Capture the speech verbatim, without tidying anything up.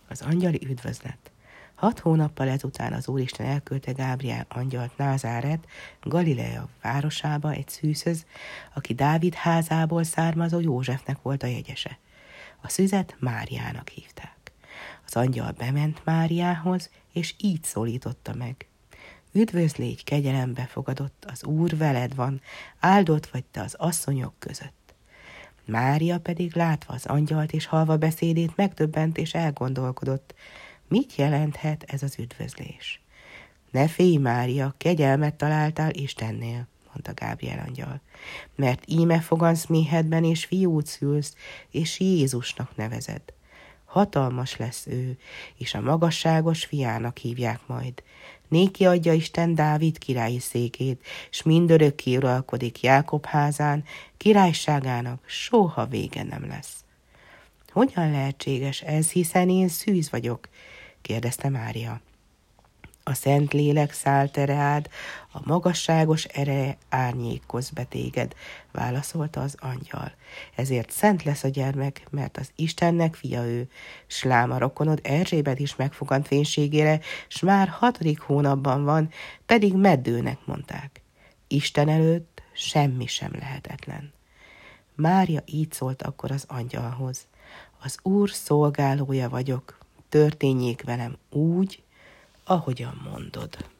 Az angyali üdvözlet. Hat hónappal ezután az Úristen elküldte Gábriel angyalt Názáret, Galilea városába egy szűzhöz, aki Dávid házából származó Józsefnek volt a jegyese. A szüzet Máriának hívták. Az angyal bement Máriához, és így szólította meg. Üdvözlégy, kegyelembe fogadott, az Úr veled van, áldott vagy te az asszonyok között. Mária pedig látva az angyalt és hallva beszédét megdöbbent és elgondolkodott, mit jelenthet ez az üdvözlés. Ne félj, Mária, kegyelmet találtál Istennél, mondta Gábriel angyal, mert íme fogansz méhedben és fiút szülsz, és Jézusnak nevezed. Hatalmas lesz ő, és a magasságos fiának hívják majd. Néki adja Isten Dávid királyi székét, s mindörökké uralkodik Jákob házán, királyságának soha vége nem lesz. Hogyan lehetséges ez, hiszen én szűz vagyok? Kérdezte Mária. A szent lélek szállt te reád, a magasságos ereje árnyékoz be téged, válaszolta az angyal. Ezért szent lesz a gyermek, mert az Istennek fia ő, s lám a rokonod Erzsébet is megfogant fénységére, s már hatodik hónapban van, pedig meddőnek mondták. Isten előtt semmi sem lehetetlen. Mária így szólt akkor az angyalhoz. Az Úr szolgálója vagyok, történjék velem úgy, ahogyan mondod.